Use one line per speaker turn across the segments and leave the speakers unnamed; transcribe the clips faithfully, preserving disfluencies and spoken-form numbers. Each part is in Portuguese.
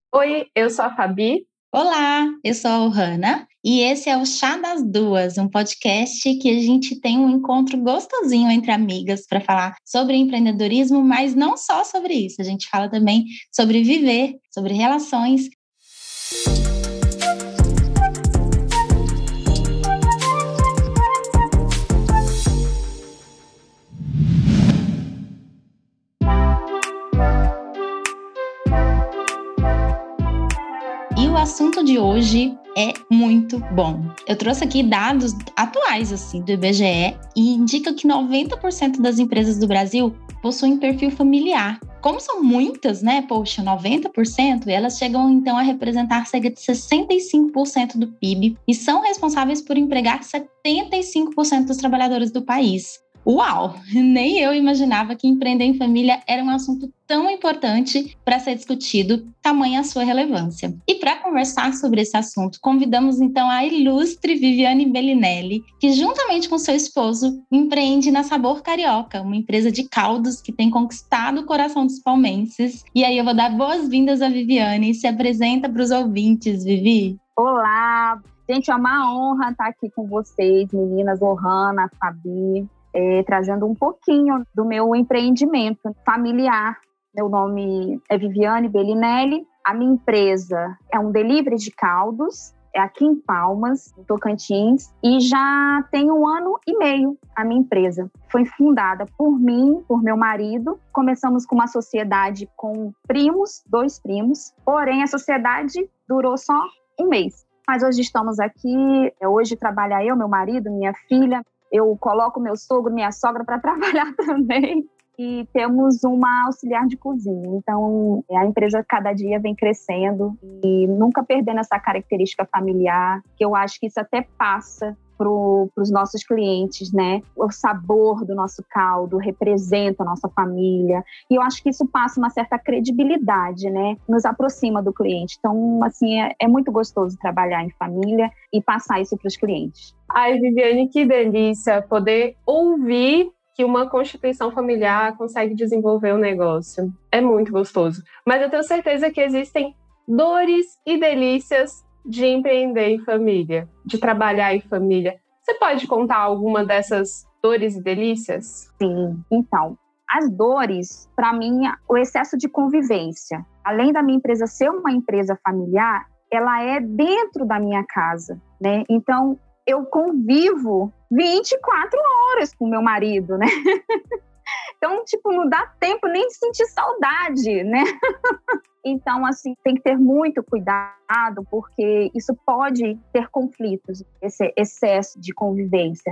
Oi, eu sou a Fabi.
Olá, eu sou a Ohana e esse é o Chá das Duas, um podcast que a gente tem um encontro gostosinho entre amigas para falar sobre empreendedorismo, mas não só sobre isso, a gente fala também sobre viver, sobre relações. E o assunto de hoje é muito bom. Eu trouxe aqui dados atuais assim do I B G E e indica que noventa por cento das empresas do Brasil possuem perfil familiar. Como são muitas, né? Poxa, noventa por cento, elas chegam então a representar cerca de sessenta e cinco por cento do P I B e são responsáveis por empregar setenta e cinco por cento dos trabalhadores do país. Uau! Nem eu imaginava que empreender em família era um assunto tão importante para ser discutido, tamanha a sua relevância. E para conversar sobre esse assunto, convidamos então a ilustre Viviane Bellinelli, que juntamente com seu esposo empreende na Sabor Carioca, uma empresa de caldos que tem conquistado o coração dos palmenses. E aí eu vou dar boas-vindas à Viviane. Se apresenta para os ouvintes, Vivi.
Olá! Gente, é uma honra estar aqui com vocês, meninas, Ohana, Fabi. É, trazendo um pouquinho do meu empreendimento familiar. Meu nome é Viviane Bellinelli, a minha empresa é um delivery de caldos, é aqui em Palmas, em Tocantins, e já tem um ano e meio a minha empresa. Foi fundada por mim, por meu marido. Começamos com uma sociedade com primos, dois primos, porém a sociedade durou só um mês. Mas hoje estamos aqui, hoje trabalha eu, meu marido, minha filha. Eu coloco meu sogro, minha sogra para trabalhar também. E temos uma auxiliar de cozinha. Então, a empresa cada dia vem crescendo e nunca perdendo essa característica familiar, que eu acho que isso até passa para os nossos clientes, né? O sabor do nosso caldo representa a nossa família. E eu acho que isso passa uma certa credibilidade, né? Nos aproxima do cliente. Então, assim, é, é muito gostoso trabalhar em família e passar isso para os clientes.
Ai, Viviane, que delícia poder ouvir que uma constituição familiar consegue desenvolver o negócio. É muito gostoso. Mas eu tenho certeza que existem dores e delícias de empreender em família, de trabalhar em família. Você pode contar alguma dessas dores e delícias?
Sim, então, as dores, para mim, o excesso de convivência. Além da minha empresa ser uma empresa familiar, ela é dentro da minha casa, né? Então, eu convivo vinte e quatro horas com meu marido, né? Então, tipo, não dá tempo nem de sentir saudade, né? Então, assim, tem que ter muito cuidado, porque isso pode ter conflitos, esse excesso de convivência.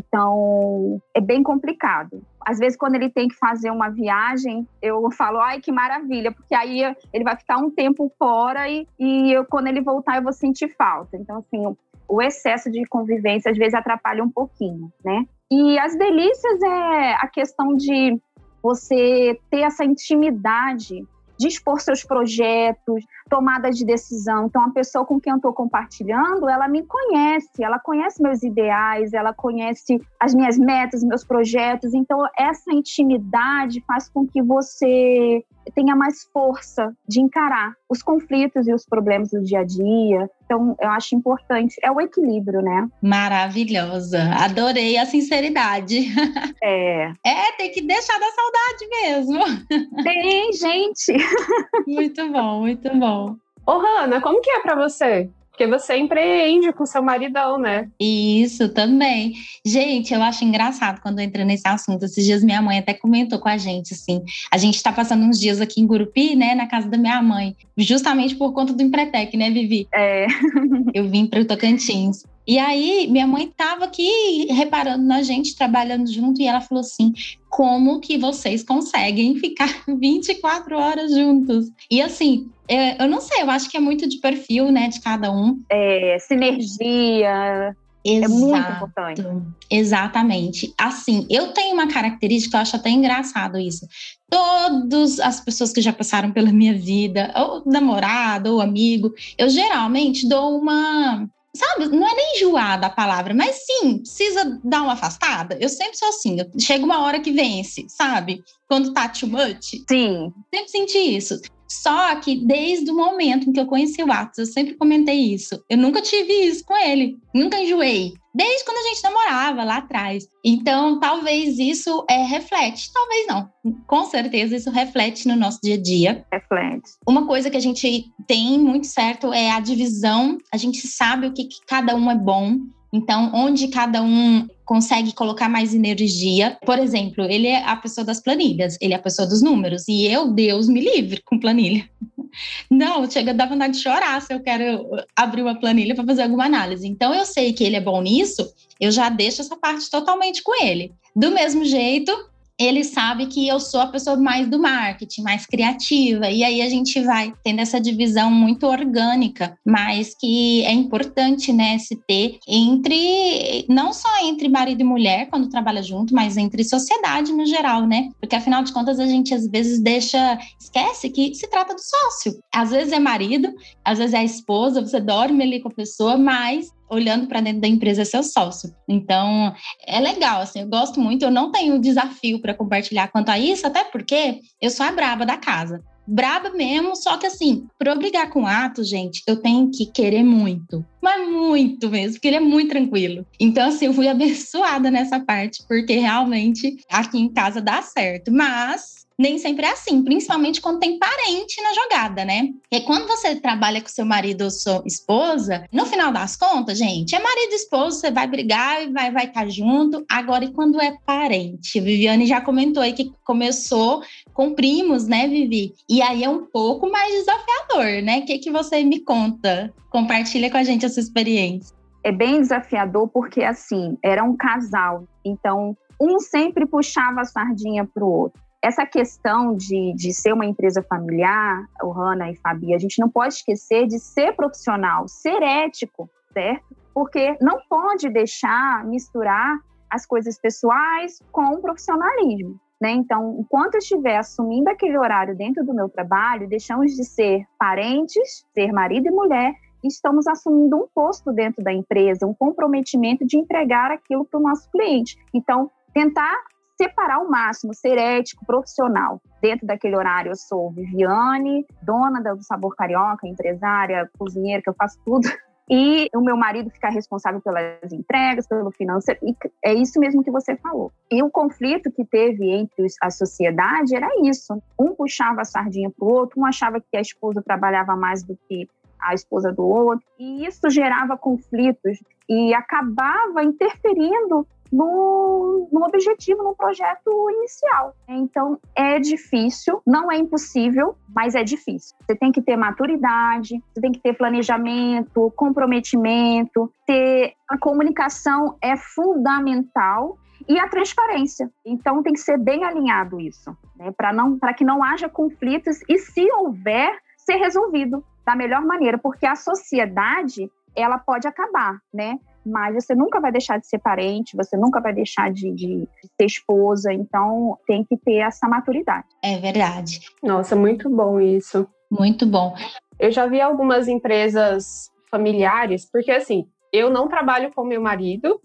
Então, é bem complicado. Às vezes, quando ele tem que fazer uma viagem, eu falo, ai, que maravilha, porque aí ele vai ficar um tempo fora e, e eu, quando ele voltar, eu vou sentir falta. Então, assim, o excesso de convivência, às vezes, atrapalha um pouquinho, né? E as delícias é a questão de você ter essa intimidade de expor seus projetos, tomada de decisão. Então, a pessoa com quem eu estou compartilhando, ela me conhece, ela conhece meus ideais, ela conhece as minhas metas, meus projetos. Então, essa intimidade faz com que você tenha mais força de encarar os conflitos e os problemas do dia a dia. Então, eu acho importante. É o equilíbrio, né?
Maravilhosa. Adorei a sinceridade.
É.
É, tem que deixar da saudade mesmo.
Tem, gente.
Muito bom, muito bom.
Ohana, como que é para você? Porque você empreende com seu maridão, né?
Isso, também. Gente, eu acho engraçado quando entra nesse assunto. Esses dias minha mãe até comentou com a gente, assim. A gente tá passando uns dias aqui em Gurupi, né, na casa da minha mãe. Justamente por conta do Empretec, né, Vivi?
É.
Eu vim para o Tocantins. E aí, minha mãe tava aqui reparando na gente, trabalhando junto, e ela falou assim, como que vocês conseguem ficar vinte e quatro horas juntos? E assim, eu não sei, eu acho que é muito de perfil, né, de cada um.
É, sinergia...
Exato,
é muito importante.
Exatamente. Assim, eu tenho uma característica, eu acho até engraçado isso. Todas as pessoas que já passaram pela minha vida, ou namorado, ou amigo, eu geralmente dou uma... Sabe, não é nem enjoada a palavra, mas sim, precisa dar uma afastada. Eu sempre sou assim, eu, chega uma hora que vence, sabe? Quando tá too much.
Sim.
Sempre senti isso. Só que desde o momento em que eu conheci o Atos, eu sempre comentei isso. Eu nunca tive isso com ele, nunca enjoei. Desde quando a gente namorava lá atrás. Então, talvez isso é, reflete, talvez não. Com certeza isso reflete no nosso dia a dia.
Reflete.
Uma coisa que a gente tem muito certo é a divisão. A gente sabe o que, que cada um é bom. Então, onde cada um consegue colocar mais energia. Por exemplo, ele é a pessoa das planilhas, ele é a pessoa dos números. E eu, Deus me livre com planilha. Não, chega a dar vontade de chorar se eu quero abrir uma planilha para fazer alguma análise. Então, eu sei que ele é bom nisso, eu já deixo essa parte totalmente com ele. Do mesmo jeito, ele sabe que eu sou a pessoa mais do marketing, mais criativa. E aí a gente vai tendo essa divisão muito orgânica, mas que é importante, né, se ter entre, não só entre marido e mulher quando trabalha junto, mas entre sociedade no geral, né? Porque afinal de contas a gente às vezes deixa, esquece que se trata do sócio. Às vezes é marido, às vezes é a esposa, você dorme ali com a pessoa, mas olhando para dentro da empresa é seu sócio. Então, é legal, assim, eu gosto muito, eu não tenho desafio para compartilhar quanto a isso, até porque eu sou a braba da casa. Braba mesmo, só que assim, para eu brigar com o Atos, gente, eu tenho que querer muito, mas muito mesmo, porque ele é muito tranquilo. Então, assim, eu fui abençoada nessa parte, porque realmente aqui em casa dá certo, mas nem sempre é assim, principalmente quando tem parente na jogada, né? Porque quando você trabalha com seu marido ou sua esposa, no final das contas, gente, é marido e esposa, você vai brigar e vai vai estar junto. Agora, e quando é parente? Viviane já comentou aí que começou com primos, né, Vivi? E aí é um pouco mais desafiador, né? O que, que você me conta? Compartilha com a gente a sua experiência.
É bem desafiador porque, assim, era um casal. Então, um sempre puxava a sardinha para o outro. Essa questão de, de ser uma empresa familiar, o Hanna e Fabi, a gente não pode esquecer de ser profissional, ser ético, certo? Porque não pode deixar misturar as coisas pessoais com o profissionalismo, né? Então, enquanto eu estiver assumindo aquele horário dentro do meu trabalho, deixamos de ser parentes, ser marido e mulher, e estamos assumindo um posto dentro da empresa, um comprometimento de entregar aquilo para o nosso cliente. Então, tentar separar ao máximo, ser ético, profissional. Dentro daquele horário eu sou Viviane, dona do Sabor Carioca, empresária, cozinheira, que eu faço tudo. E o meu marido ficar responsável pelas entregas, pelo financeiro. E é isso mesmo que você falou. E o conflito que teve entre a sociedade era isso. Um puxava a sardinha para o outro, um achava que a esposa trabalhava mais do que a esposa do outro. E isso gerava conflitos e acabava interferindo No, no objetivo, no projeto inicial. Então, é difícil, não é impossível, mas é difícil. Você tem que ter maturidade, você tem que ter planejamento, comprometimento, ter a comunicação é fundamental e a transparência. Então, tem que ser bem alinhado isso, né? Para não, para que não haja conflitos e, se houver, ser resolvido da melhor maneira, porque a sociedade, ela pode acabar, né? Mas você nunca vai deixar de ser parente, você nunca vai deixar de, de, de ser esposa, então tem que ter essa maturidade.
É verdade.
Nossa, muito bom isso.
Muito bom.
Eu já vi algumas empresas familiares, porque assim, eu não trabalho com meu marido,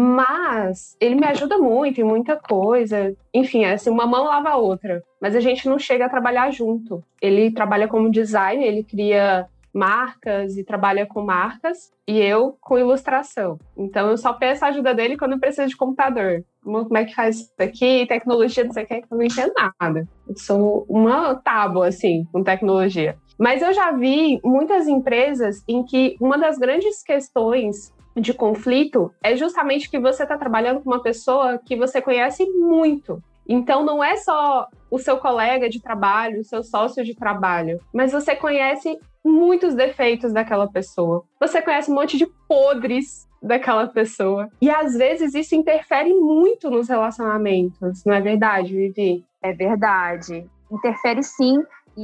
mas ele me ajuda muito em muita coisa. Enfim, assim, uma mão lava a outra, mas a gente não chega a trabalhar junto. Ele trabalha como designer, ele cria marcas e trabalha com marcas, e eu com ilustração. Então eu só peço a ajuda dele quando eu preciso de computador. Como é que faz isso aqui, tecnologia, não sei o que, eu não entendo nada. Eu sou uma tábua, assim, com tecnologia. Mas eu já vi muitas empresas em que uma das grandes questões de conflito é justamente que você está trabalhando com uma pessoa que você conhece muito. Então, não é só o seu colega de trabalho, o seu sócio de trabalho, mas você conhece muitos defeitos daquela pessoa. Você conhece um monte de podres daquela pessoa. E, às vezes, isso interfere muito nos relacionamentos, não é verdade, Vivi?
É verdade. Interfere sim,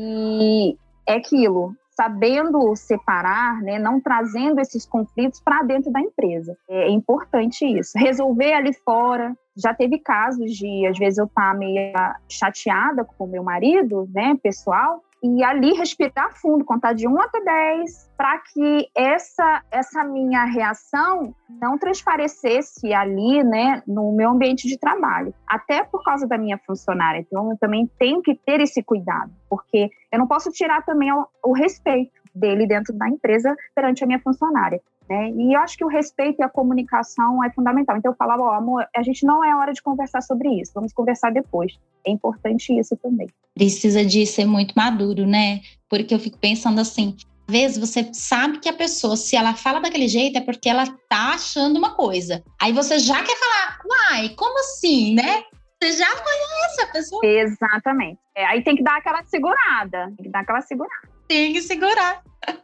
e é aquilo. Sabendo separar, né, não trazendo esses conflitos para dentro da empresa. É importante isso. Resolver ali fora. Já teve casos de, às vezes, eu estar meio chateada com o meu marido, né, pessoal, e ali respirar fundo, contar de um até dez, para que essa, essa minha reação não transparecesse ali, né, no meu ambiente de trabalho. Até por causa da minha funcionária. Então, eu também tenho que ter esse cuidado, porque eu não posso tirar também o, o respeito dele dentro da empresa perante a minha funcionária. Né? E eu acho que o respeito e a comunicação é fundamental. Então eu falava, ó, amor, a gente não é hora de conversar sobre isso, vamos conversar depois. É importante isso também.
Precisa de ser muito maduro, né? Porque eu fico pensando assim, às vezes você sabe que a pessoa, se ela fala daquele jeito, é porque ela tá achando uma coisa. Aí você já quer falar, uai, como assim, né? Você já conhece a pessoa.
Exatamente. É, aí tem que dar aquela segurada, tem que dar aquela segurada.
Tem que segurar.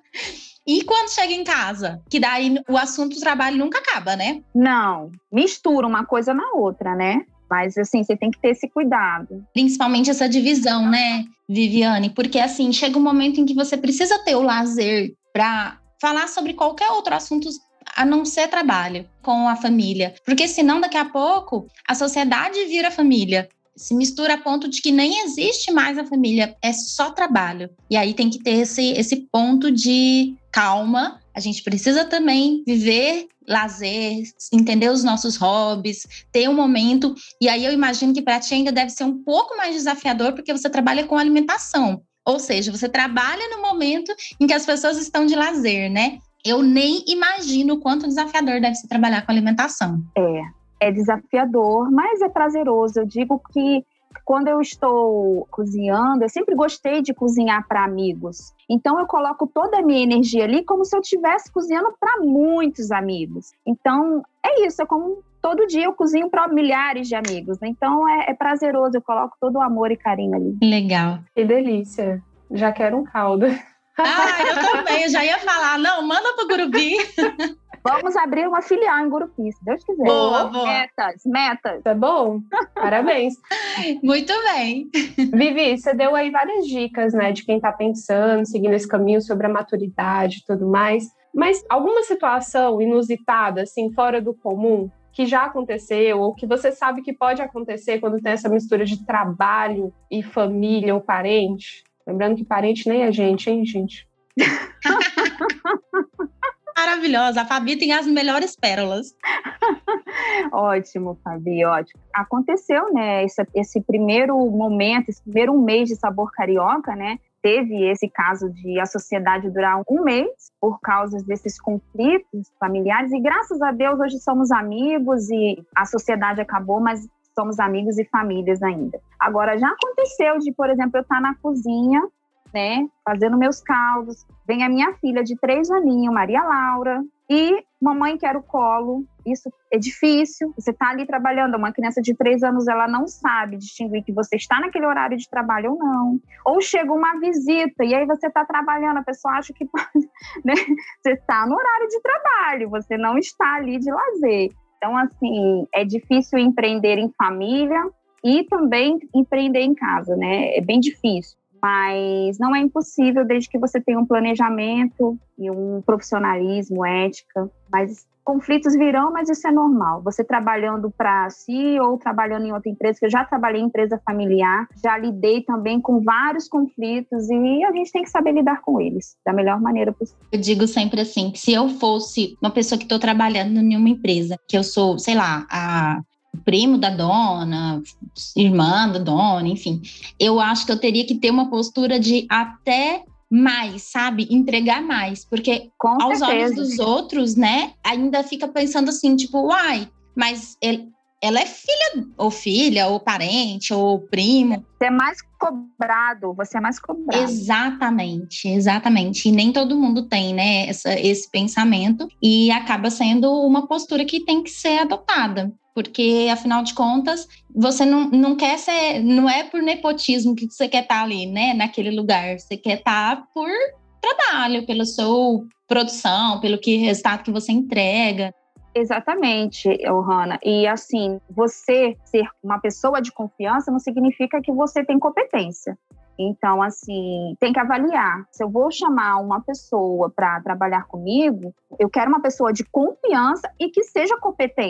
E quando chega em casa? Que daí o assunto do trabalho nunca acaba, né?
Não, mistura uma coisa na outra, né? Mas assim, você tem que ter esse cuidado.
Principalmente essa divisão, né, Viviane? Porque assim, chega um momento em que você precisa ter o lazer para falar sobre qualquer outro assunto a não ser trabalho com a família. Porque senão, daqui a pouco, a sociedade vira família. Se mistura a ponto de que nem existe mais a família, é só trabalho. E aí tem que ter esse, esse ponto de calma. A gente precisa também viver lazer, entender os nossos hobbies, ter um momento. E aí eu imagino que para ti ainda deve ser um pouco mais desafiador, porque você trabalha com alimentação. Ou seja, você trabalha no momento em que as pessoas estão de lazer, né? Eu nem imagino o quanto desafiador deve ser trabalhar com alimentação.
É. É desafiador, mas é prazeroso. Eu digo que quando eu estou cozinhando, eu sempre gostei de cozinhar para amigos. Então eu coloco toda a minha energia ali como se eu estivesse cozinhando para muitos amigos. Então é isso, é como todo dia eu cozinho para milhares de amigos. Então é, é prazeroso, eu coloco todo o amor e carinho ali.
Legal.
Que delícia. Já quero um caldo.
Ah, eu também. Eu já ia falar, não, manda pro Gurupi.
Vamos abrir uma filial em Gurupi, se Deus quiser.
Boa, boa.
Metas, metas.
Tá bom? Parabéns.
Muito bem.
Vivi, você deu aí várias dicas, né, de quem tá pensando, seguindo esse caminho sobre a maturidade e tudo mais. Mas alguma situação inusitada, assim, fora do comum, que já aconteceu ou que você sabe que pode acontecer quando tem essa mistura de trabalho e família ou parente? Lembrando que parente nem é gente, hein, gente?
Maravilhosa. A Fabi tem as melhores pérolas.
Ótimo, Fabi, ótimo. Aconteceu, né, esse, esse primeiro momento, esse primeiro mês de Sabor Carioca, né, teve esse caso de a sociedade durar um mês por causa desses conflitos familiares e graças a Deus hoje somos amigos e a sociedade acabou, mas somos amigos e famílias ainda. Agora, já aconteceu de, por exemplo, eu estar na cozinha, né, fazendo meus caldos, vem a minha filha de três aninhos, Maria Laura, e mamãe quer o colo. Isso é difícil, você está ali trabalhando, uma criança de três anos, ela não sabe distinguir que você está naquele horário de trabalho ou não. Ou chega uma visita, e aí você está trabalhando, a pessoa acha que né, você está no horário de trabalho, você não está ali de lazer. Então, assim, é difícil empreender em família e também empreender em casa, né? É bem difícil. Mas não é impossível desde que você tenha um planejamento e um profissionalismo, ética. Mas conflitos virão, mas isso é normal. Você trabalhando para si ou trabalhando em outra empresa, que eu já trabalhei em empresa familiar, já lidei também com vários conflitos e a gente tem que saber lidar com eles da melhor maneira possível.
Eu digo sempre assim, que se eu fosse uma pessoa que estou trabalhando em uma empresa, que eu sou, sei lá, a... primo da dona, irmã da dona, enfim. Eu acho que eu teria que ter uma postura de até mais, sabe? Entregar mais. Porque
Com
aos
certeza.
olhos dos outros, né? Ainda fica pensando assim, tipo, uai, mas ele, ela é filha, ou filha, ou parente, ou primo.
Você é mais cobrado, você é mais cobrado.
Exatamente, exatamente. E nem todo mundo tem, né, essa, esse pensamento. E acaba sendo uma postura que tem que ser adotada. Porque, afinal de contas, você não, não quer ser... Não é por nepotismo que você quer estar ali, né? Naquele lugar. Você quer estar por trabalho, pela sua produção, pelo que resultado que você entrega.
Exatamente, Ohana. E assim, você ser uma pessoa de confiança não significa que você tem competência. Então, assim, tem que avaliar. Se eu vou chamar uma pessoa para trabalhar comigo, eu quero uma pessoa de confiança e que seja competente.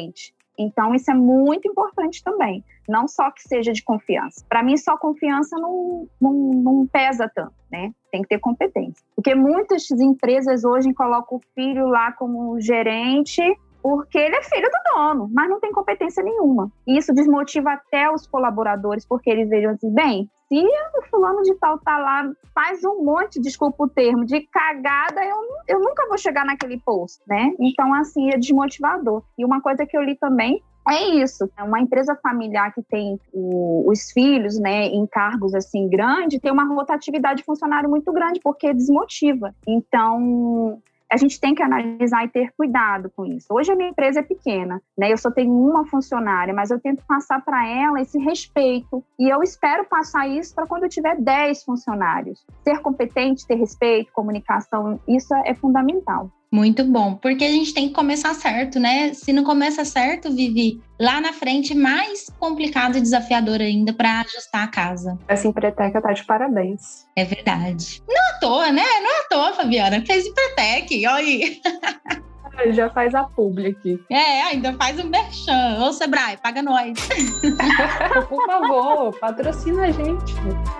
Então, isso é muito importante também. Não só que seja de confiança. Para mim, só confiança não, não, não pesa tanto, né? Tem que ter competência. Porque muitas empresas hoje colocam o filho lá como gerente porque ele é filho do dono, mas não tem competência nenhuma. E isso desmotiva até os colaboradores, porque eles vejam assim, bem, se o fulano de tal tá lá, faz um monte, desculpa o termo, de cagada, eu, eu nunca vou chegar naquele posto, né? Então, assim, é desmotivador. E uma coisa que eu li também é isso. Uma empresa familiar que tem o, os filhos, né, em cargos assim grandes, tem uma rotatividade de funcionário muito grande, porque desmotiva. Então, a gente tem que analisar e ter cuidado com isso. Hoje a minha empresa é pequena, né? Eu só tenho uma funcionária, mas eu tento passar para ela esse respeito. E eu espero passar isso para quando eu tiver dez funcionários. Ser competente, ter respeito, comunicação, isso é fundamental.
Muito bom, porque a gente tem que começar certo, né? Se não começa certo, Vivi, lá na frente mais complicado e desafiador ainda para ajustar a casa.
Essa Empreteca tá de parabéns.
É verdade. Não à toa, né? Não é à toa, Fabiana. Fez Empretec, olha aí.
Já faz a publi aqui.
É, ainda faz um merchan. Ô, Sebrae, paga nós.
Por favor, patrocina a gente.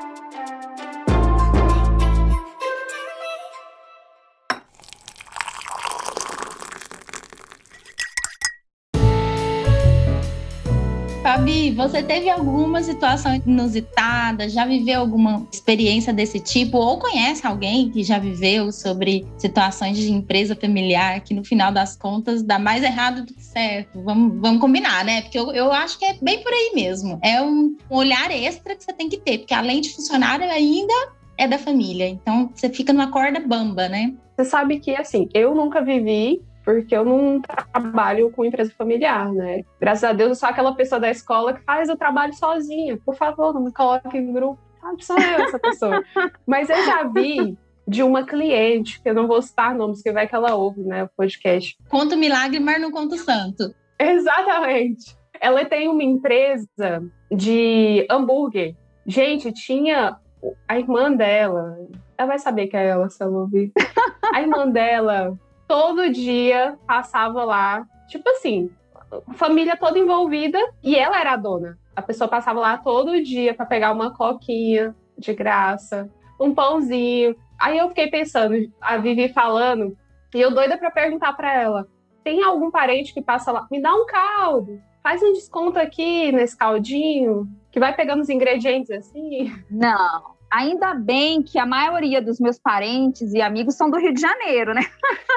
Fabi, você teve alguma situação inusitada? Já viveu alguma experiência desse tipo? Ou conhece alguém que já viveu sobre situações de empresa familiar que no final das contas dá mais errado do que certo? Vamos, vamos combinar, né? Porque eu, eu acho que é bem por aí mesmo. É um olhar extra que você tem que ter, porque além de funcionário ainda é da família. Então você fica numa corda bamba, né?
Você sabe que, assim, eu nunca vivi porque eu não trabalho com empresa familiar, né? Graças a Deus, eu sou aquela pessoa da escola que faz o trabalho sozinha. Por favor, não me coloque em grupo. Ah, sou eu essa pessoa. Mas eu já vi de uma cliente, que eu não vou citar nomes, porque vai que ela ouve, né, o podcast.
Conta o milagre, mas não conta o santo.
Exatamente. Ela tem uma empresa de hambúrguer. Gente, tinha a irmã dela. Ela vai saber que é ela, se ela ouvir. A irmã dela todo dia passava lá, tipo assim, família toda envolvida, e ela era a dona. A pessoa passava lá todo dia para pegar uma coquinha de graça, um pãozinho. Aí eu fiquei pensando, a Vivi falando, e eu doida para perguntar para ela, tem algum parente que passa lá? Me dá um caldo, faz um desconto aqui nesse caldinho, que vai pegando os ingredientes assim.
Não. Ainda bem que a maioria dos meus parentes e amigos são do Rio de Janeiro, né?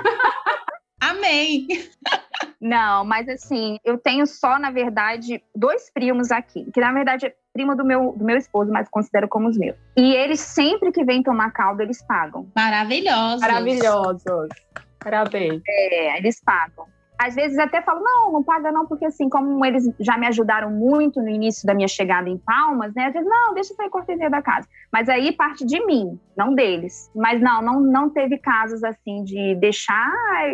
Amém!
Não, mas assim, eu tenho só, na verdade, dois primos aqui, que na verdade é primo do meu, do meu esposo, mas considero como os meus. E eles, sempre que vêm tomar caldo, eles pagam.
Maravilhosos!
Maravilhosos! Parabéns!
É, eles pagam. Às vezes até falo, não, não paga não, porque assim, como eles já me ajudaram muito no início da minha chegada em Palmas, né? Às vezes, não, deixa sair cortesia da casa. Mas aí parte de mim, não deles. Mas não, não, não teve casos assim de deixar,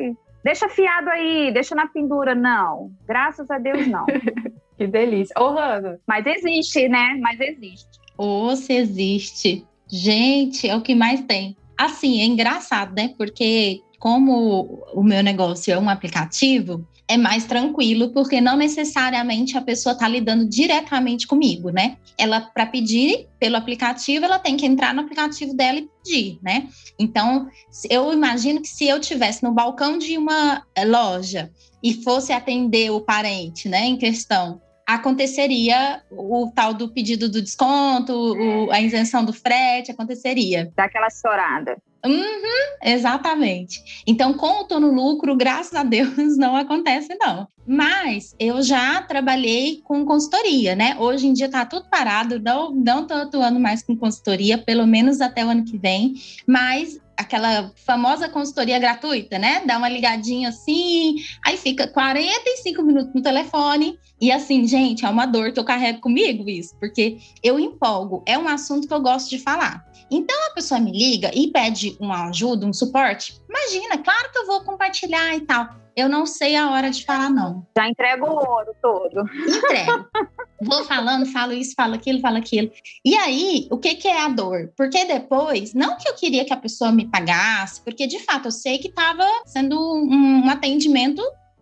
deixa fiado aí, deixa na pendura, não. Graças a Deus, não.
Que delícia. Ô, Hanna.
Mas existe, né? Mas existe.
Ou se existe. Gente, é o que mais tem. Assim, é engraçado, né? Porque como o meu negócio é um aplicativo, é mais tranquilo, porque não necessariamente a pessoa está lidando diretamente comigo, né? Ela, para pedir pelo aplicativo, ela tem que entrar no aplicativo dela e pedir, né? Então, eu imagino que se eu estivesse no balcão de uma loja e fosse atender o parente, né, em questão, aconteceria o tal do pedido do desconto, o, a isenção do frete, aconteceria.
Daquela chorada.
Uhum, exatamente. Então, com o Tô no Lucro, graças a Deus, não acontece, não. Mas eu já trabalhei com consultoria, né? Hoje em dia tá tudo parado, não, não tô atuando mais com consultoria, pelo menos até o ano que vem, mas aquela famosa consultoria gratuita, né? Dá uma ligadinha assim, aí fica quarenta e cinco minutos no telefone, e assim, gente, é uma dor que eu carrego comigo isso, porque eu empolgo, é um assunto que eu gosto de falar. Então a pessoa me liga e pede uma ajuda, um suporte, imagina, claro que eu vou compartilhar e tal. Eu não sei a hora de falar, não.
Já entrego o ouro todo.
Entrego. Vou falando, falo isso, falo aquilo, falo aquilo. E aí, o que, que é a dor? Porque depois, não que eu queria que a pessoa me pagasse, porque de fato eu sei que estava sendo um, um atendimento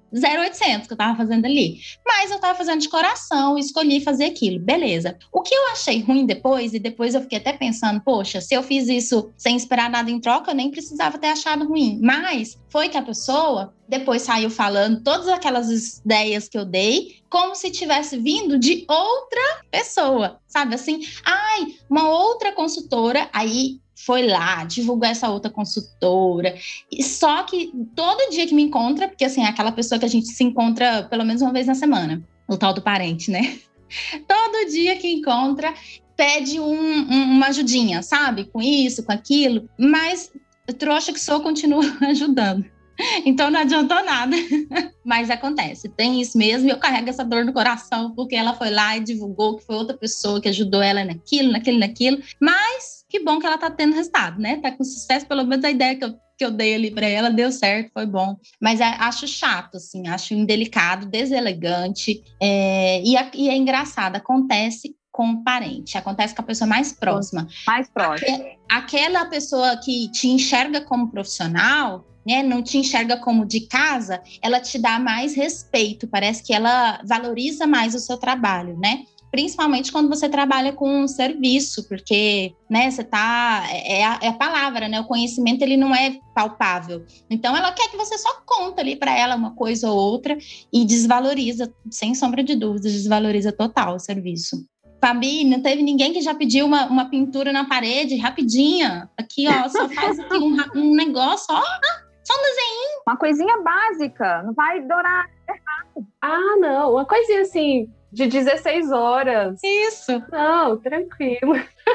zero oitocentos que eu tava fazendo ali. Mas eu tava fazendo de coração, escolhi fazer aquilo, beleza. O que eu achei ruim depois, e depois eu fiquei até pensando, poxa, se eu fiz isso sem esperar nada em troca, eu nem precisava ter achado ruim. Mas foi que a pessoa depois saiu falando todas aquelas ideias que eu dei, como se tivesse vindo de outra pessoa, sabe? Assim, ai, uma outra consultora, aí foi lá, divulgar essa outra consultora. E só que todo dia que me encontra, porque assim, é aquela pessoa que a gente se encontra pelo menos uma vez na semana, o tal do parente, né? Todo dia que encontra, pede um, um, uma ajudinha, sabe? Com isso, com aquilo. Mas trouxa que sou, continua ajudando. Então não adiantou nada. Mas acontece, tem isso mesmo. E eu carrego essa dor no coração, porque ela foi lá e divulgou que foi outra pessoa que ajudou ela naquilo, naquilo, naquilo. Mas que bom que ela tá tendo resultado, né? Tá com sucesso, pelo menos a ideia que eu, que eu dei ali pra ela deu certo, foi bom. Mas é, acho chato, assim, acho indelicado, deselegante. É, e, a, e é engraçado, acontece com o parente, acontece com a pessoa mais próxima.
Mais próxima.
Aquela pessoa que te enxerga como profissional, né, não te enxerga como de casa, ela te dá mais respeito, parece que ela valoriza mais o seu trabalho, né? Principalmente quando você trabalha com um serviço, porque, né, você tá, é a, é a palavra, né, o conhecimento ele não é palpável. Então ela quer que você só conta ali para ela uma coisa ou outra e desvaloriza, sem sombra de dúvidas, desvaloriza total o serviço. Fabi, não teve ninguém que já pediu uma, uma pintura na parede, rapidinha, aqui ó, só faz aqui um, um negócio, ó, só um desenho.
Uma coisinha básica, não vai durar errado.
Ah, não, uma coisinha assim, de dezesseis horas.
Isso.
Não, tranquilo.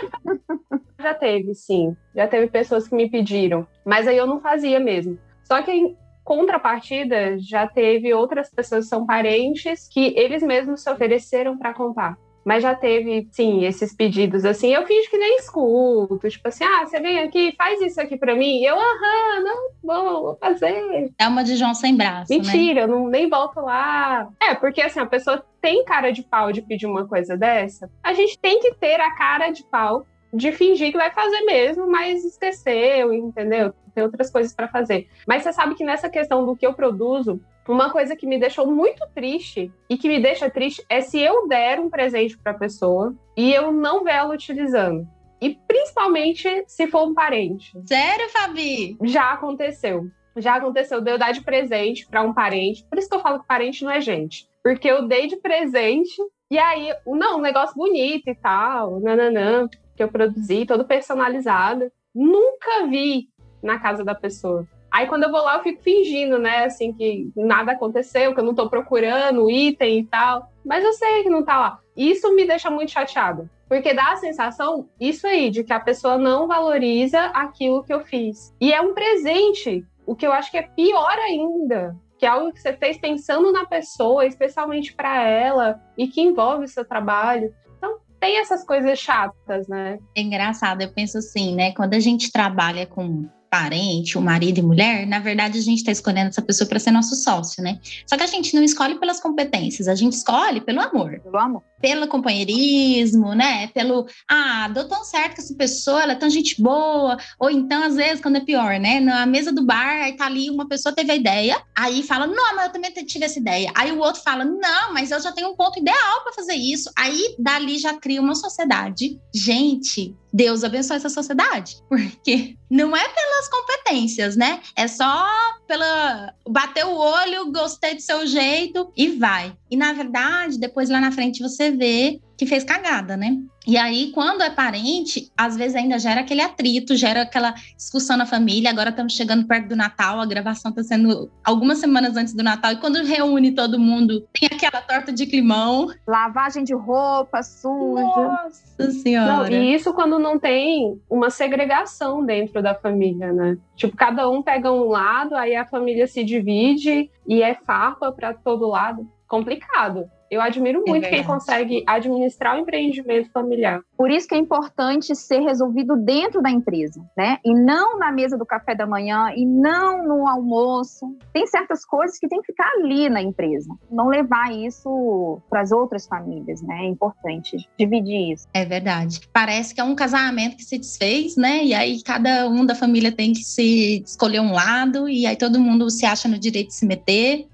Já teve, sim. Já teve pessoas que me pediram, mas aí eu não fazia mesmo. Só que em contrapartida, já teve outras pessoas que são parentes que eles mesmos se ofereceram para contar. Mas já teve, sim, esses pedidos, assim, eu finjo que nem escuto, tipo assim, ah, você vem aqui, faz isso aqui pra mim, e eu, aham, não, vou, vou fazer.
É uma de João sem braço,
Mentira,
né?
eu não, nem volto lá. É, porque assim, a pessoa tem cara de pau de pedir uma coisa dessa, a gente tem que ter a cara de pau de fingir que vai fazer mesmo, mas esqueceu, entendeu? Tem outras coisas pra fazer. Mas você sabe que nessa questão do que eu produzo, uma coisa que me deixou muito triste e que me deixa triste é se eu der um presente para a pessoa e eu não ver ela utilizando. E principalmente se for um parente.
Sério, Fabi?
Já aconteceu. Já aconteceu de eu dar de presente para um parente. Por isso que eu falo que parente não é gente. Porque eu dei de presente e aí, não, um negócio bonito e tal, nananã, que eu produzi, todo personalizado. Nunca vi na casa da pessoa. Aí, quando eu vou lá, eu fico fingindo, né, assim, que nada aconteceu, que eu não tô procurando o item e tal. Mas eu sei que não tá lá. Isso me deixa muito chateada. Porque dá a sensação, isso aí, de que a pessoa não valoriza aquilo que eu fiz. E é um presente, o que eu acho que é pior ainda. Que é algo que você fez pensando na pessoa, especialmente para ela, e que envolve o seu trabalho. Então, tem essas coisas chatas, né?
É engraçado, eu penso assim, né, quando a gente trabalha com parente, o marido e mulher, na verdade a gente está escolhendo essa pessoa para ser nosso sócio, né? Só que a gente não escolhe pelas competências, a gente escolhe pelo amor.
Pelo amor.
Pelo companheirismo, né? Pelo, ah, deu tão certo com essa pessoa, ela é tão gente boa. Ou então, às vezes, quando é pior, né? Na mesa do bar, aí tá ali, uma pessoa teve a ideia, aí fala, não, mas eu também tive essa ideia. Aí o outro fala, não, mas eu já tenho um ponto ideal para fazer isso. Aí, dali, já cria uma sociedade. Gente, Deus abençoe essa sociedade, porque não é pelas competências, né? É só pela bater o olho, gostei do seu jeito e vai. E na verdade, depois lá na frente você vê que fez cagada, né? E aí, quando é parente, às vezes ainda gera aquele atrito, gera aquela discussão na família. Agora estamos chegando perto do Natal, a gravação está sendo algumas semanas antes do Natal. E quando reúne todo mundo, tem aquela torta de climão.
Lavagem de roupa suja.
Nossa Senhora.
Não, e isso quando não tem uma segregação dentro da família, né? Tipo, cada um pega um lado, aí a família se divide e é farpa para todo lado. Complicado. Eu admiro muito é quem consegue administrar o empreendimento familiar.
Por isso que é importante ser resolvido dentro da empresa, né? E não na mesa do café da manhã, e não no almoço. Tem certas coisas que tem que ficar ali na empresa. Não levar isso para as outras famílias, né? É importante dividir isso.
É verdade. Parece que é um casamento que se desfez, né? E aí cada um da família tem que se escolher um lado, e aí todo mundo se acha no direito de se meter.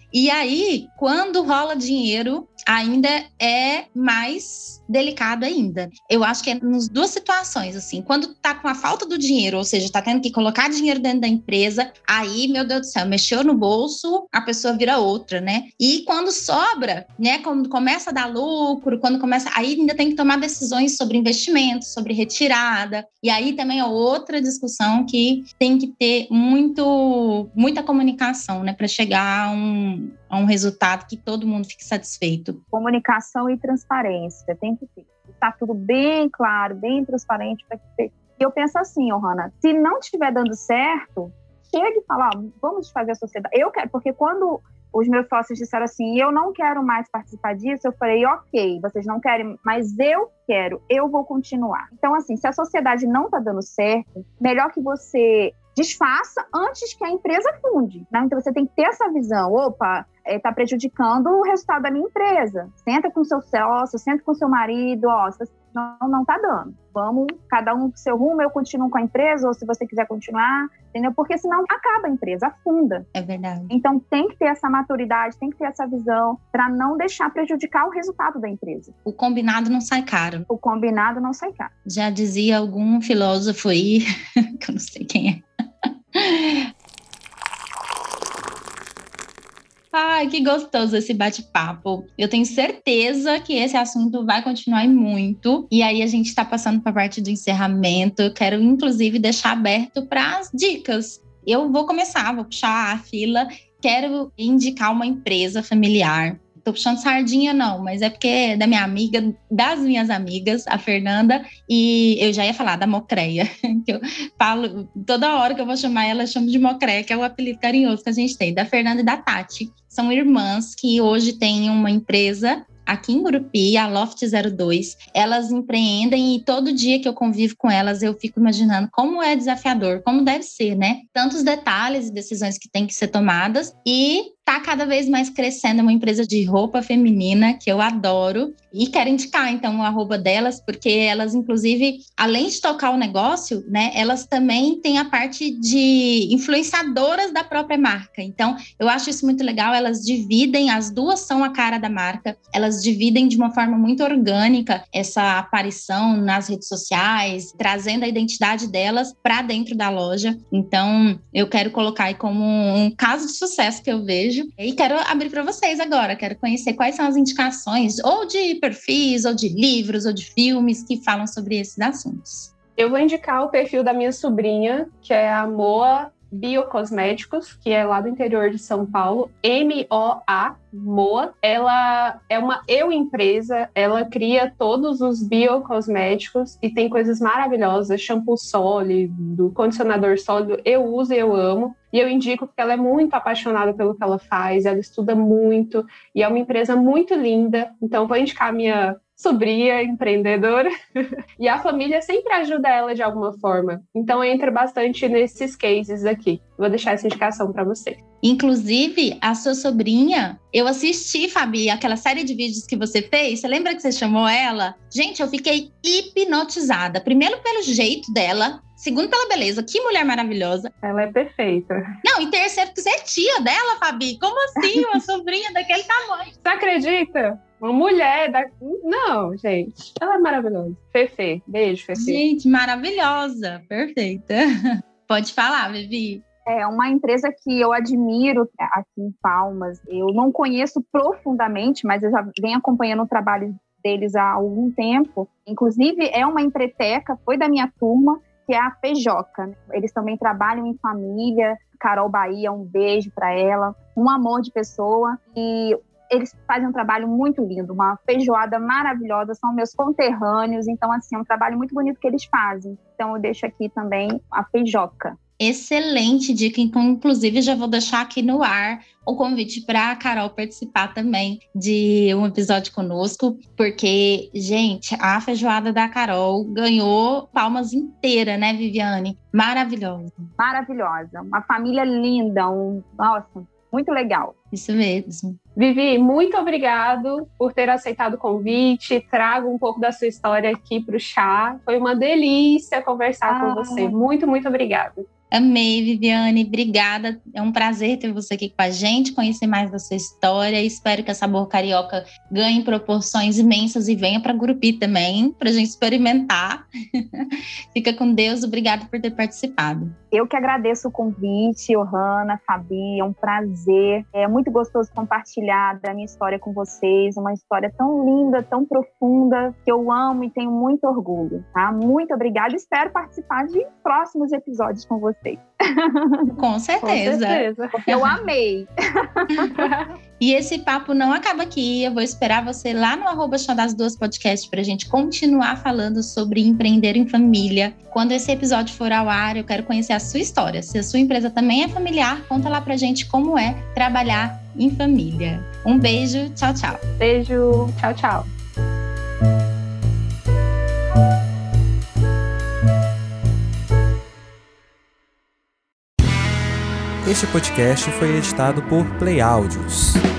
E aí, quando rola dinheiro, ainda é mais delicado ainda. Eu acho que é nas duas situações, assim. Quando tá com a falta do dinheiro, ou seja, tá tendo que colocar dinheiro dentro da empresa, aí, meu Deus do céu, mexeu no bolso, a pessoa vira outra, né? E quando sobra, né, quando começa a dar lucro, quando começa... Aí ainda tem que tomar decisões sobre investimento, sobre retirada. E aí também é outra discussão que tem que ter muito, muita comunicação, né, para chegar a um, a um resultado que todo mundo fique satisfeito.
Comunicação e transparência, tem que ter. Está tudo bem claro, bem transparente para que ter. E eu penso assim, Ohana, se não estiver dando certo, chega e fala, ó, vamos fazer a sociedade. Eu quero, porque quando os meus sócios disseram assim, eu não quero mais participar disso, eu falei, ok, vocês não querem, mas eu quero, eu vou continuar. Então, assim, se a sociedade não está dando certo, melhor que você desfaça antes que a empresa funde, né? Então, você tem que ter essa visão, opa, está prejudicando o resultado da minha empresa. Senta com o seu sócio, senta com o seu marido, ó, não, não tá dando. Vamos, cada um pro seu rumo, eu continuo com a empresa, ou se você quiser continuar, entendeu? Porque senão acaba a empresa, afunda.
É verdade.
Então tem que ter essa maturidade, tem que ter essa visão para não deixar prejudicar o resultado da empresa.
O combinado não sai caro.
O combinado não sai caro.
Já dizia algum filósofo aí, que eu não sei quem é. Ai, que gostoso esse bate-papo. Eu tenho certeza que esse assunto vai continuar e muito. E aí a gente está passando para a parte do encerramento. Eu quero, inclusive, deixar aberto para as dicas. Eu vou começar, vou puxar a fila. Quero indicar uma empresa familiar. Tô puxando sardinha, não, mas é porque é da minha amiga, das minhas amigas, a Fernanda, e eu já ia falar da Mocreia, que eu falo, toda hora que eu vou chamar ela, eu chamo de Mocreia, que é o apelido carinhoso que a gente tem, da Fernanda e da Tati. São irmãs que hoje têm uma empresa aqui em Gurupi, a Loft zero dois. Elas empreendem e todo dia que eu convivo com elas, eu fico imaginando como é desafiador, como deve ser, né? Tantos detalhes e decisões que têm que ser tomadas e tá cada vez mais crescendo, uma empresa de roupa feminina que eu adoro e quero indicar então o arroba delas, porque elas inclusive, além de tocar o negócio, né, elas também têm a parte de influenciadoras da própria marca. Então eu acho isso muito legal, elas dividem, as duas são a cara da marca, elas dividem de uma forma muito orgânica essa aparição nas redes sociais, trazendo a identidade delas para dentro da loja. Então eu quero colocar aí como um caso de sucesso que eu vejo. E quero abrir para vocês agora, quero conhecer quais são as indicações, ou de perfis, ou de livros, ou de filmes que falam sobre esses assuntos.
Eu vou indicar o perfil da minha sobrinha, que é a Moa Biocosméticos, que é lá do interior de São Paulo, M O A, Moa. Ela é uma eu-empresa, ela cria todos os biocosméticos e tem coisas maravilhosas, shampoo sólido, condicionador sólido, eu uso e eu amo. E eu indico porque ela é muito apaixonada pelo que ela faz, ela estuda muito e é uma empresa muito linda. Então vou indicar a minha sobrinha empreendedora e a família sempre ajuda ela de alguma forma. Então entra bastante nesses cases aqui. Vou deixar essa indicação para você.
Inclusive, a sua sobrinha, eu assisti, Fabi, aquela série de vídeos que você fez. Você lembra que você chamou ela? Gente, eu fiquei hipnotizada. Primeiro pelo jeito dela, segundo pela beleza. Que mulher maravilhosa.
Ela é perfeita.
Não, e terceiro, que você é tia dela, Fabi. Como assim uma sobrinha daquele tamanho?
Você acredita? Uma mulher da... Não, gente. Ela é maravilhosa. Fefe. Beijo, Fefe.
Gente, maravilhosa. Perfeita. Pode falar, Vivi.
É uma empresa que eu admiro aqui em Palmas. Eu não conheço profundamente, mas eu já venho acompanhando o trabalho deles há algum tempo. Inclusive, é uma empreteca, foi da minha turma, que é a Feijoca. Eles também trabalham em família. Carol Bahia, um beijo para ela. Um amor de pessoa. E eles fazem um trabalho muito lindo, uma feijoada maravilhosa, são meus conterrâneos. Então, assim, é um trabalho muito bonito que eles fazem. Então, eu deixo aqui também a Feijoca.
Excelente dica, inclusive já vou deixar aqui no ar o convite para a Carol participar também de um episódio conosco, porque, gente, a feijoada da Carol ganhou Palmas inteira, né, Viviane? Maravilhosa.
Maravilhosa, uma família linda, um... nossa, muito legal.
Isso mesmo.
Vivi, muito obrigado por ter aceitado o convite. Trago um pouco da sua história aqui para o chá. Foi uma delícia conversar ah. com você. Muito, muito obrigada.
Amei, Viviane, obrigada. É um prazer ter você aqui com a gente, conhecer mais da sua história. Espero que a Sabor Carioca ganhe proporções imensas e venha para Gurupi também, para a gente experimentar. Fica com Deus, obrigada por ter participado.
Eu que agradeço o convite, Ohana, Fabi, é um prazer. É muito gostoso compartilhar da minha história com vocês, uma história tão linda, tão profunda, que eu amo e tenho muito orgulho, tá? Muito obrigada, espero participar de próximos episódios com vocês.
Com certeza.
Com certeza.
Porque eu amei.
E esse papo não acaba aqui. Eu vou esperar você lá no arroba Chá das Duas Podcast para a gente continuar falando sobre empreender em família. Quando esse episódio for ao ar, eu quero conhecer a sua história. Se a sua empresa também é familiar, conta lá pra gente como é trabalhar em família. Um beijo, tchau, tchau.
Beijo, tchau, tchau.
Este podcast foi editado por Play Áudios.